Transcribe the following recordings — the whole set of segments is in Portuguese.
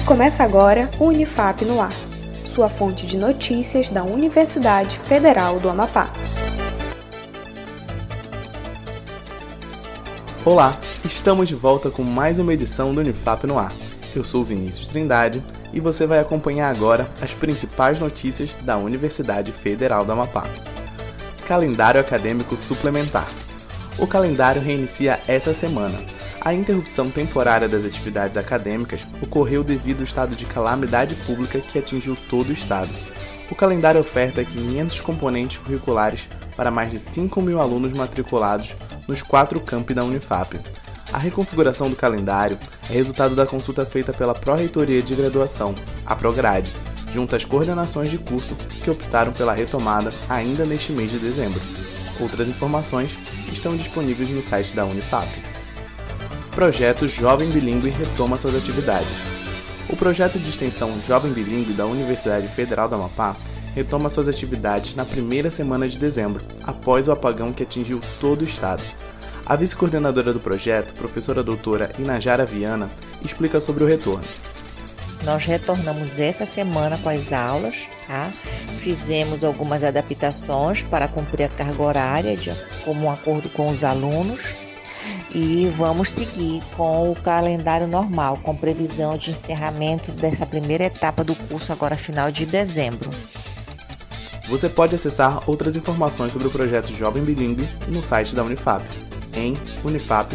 Começa agora o Unifap no Ar, sua fonte de notícias da Universidade Federal do Amapá. Olá, estamos de volta com mais uma edição do Unifap no Ar. Eu sou Vinícius Trindade e você vai acompanhar agora as principais notícias da Universidade Federal do Amapá. Calendário acadêmico suplementar. O calendário reinicia essa semana. A interrupção temporária das atividades acadêmicas ocorreu devido ao estado de calamidade pública que atingiu todo o estado. O calendário oferta 500 componentes curriculares para mais de 5 mil alunos matriculados nos 4 campi da Unifap. A reconfiguração do calendário é resultado da consulta feita pela Pró-Reitoria de Graduação, a Prograde, junto às coordenações de curso que optaram pela retomada ainda neste mês de dezembro. Outras informações estão disponíveis no site da Unifap. Projeto Jovem Bilíngue retoma suas atividades. O projeto de extensão Jovem Bilíngue da Universidade Federal do Amapá retoma suas atividades na primeira semana de dezembro, após o apagão que atingiu todo o estado. A vice-coordenadora do projeto, professora doutora Inajara Viana, explica sobre o retorno. Nós retornamos essa semana com as aulas, tá? Fizemos algumas adaptações para cumprir a carga horária de comum acordo com os alunos e vamos seguir com o calendário normal, com previsão de encerramento dessa primeira etapa do curso agora final de dezembro. Você pode acessar outras informações sobre o projeto Jovem Bilíngue no site da Unifap, em unifap.br.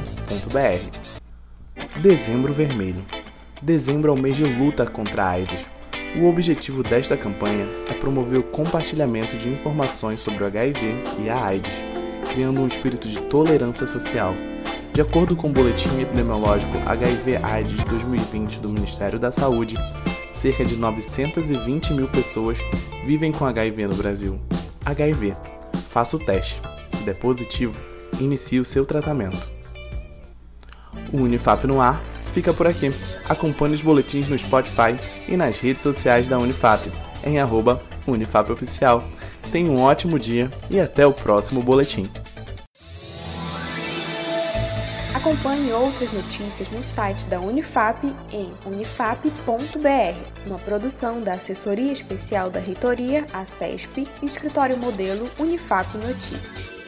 Dezembro Vermelho. Dezembro é o mês de luta contra a AIDS. O objetivo desta campanha é promover o compartilhamento de informações sobre o HIV e a AIDS, criando um espírito de tolerância social. De acordo com o Boletim Epidemiológico HIV/AIDS 2020 do Ministério da Saúde, cerca de 920 mil pessoas vivem com HIV no Brasil. HIV. Faça o teste. Se der positivo, inicie o seu tratamento. O Unifap no Ar fica por aqui. Acompanhe os boletins no Spotify e nas redes sociais da Unifap, em @UnifapOficial. Tenha um ótimo dia e até o próximo boletim. Acompanhe outras notícias no site da Unifap em unifap.br, uma produção da Assessoria Especial da Reitoria, a CESP, e Escritório Modelo Unifap Notícias.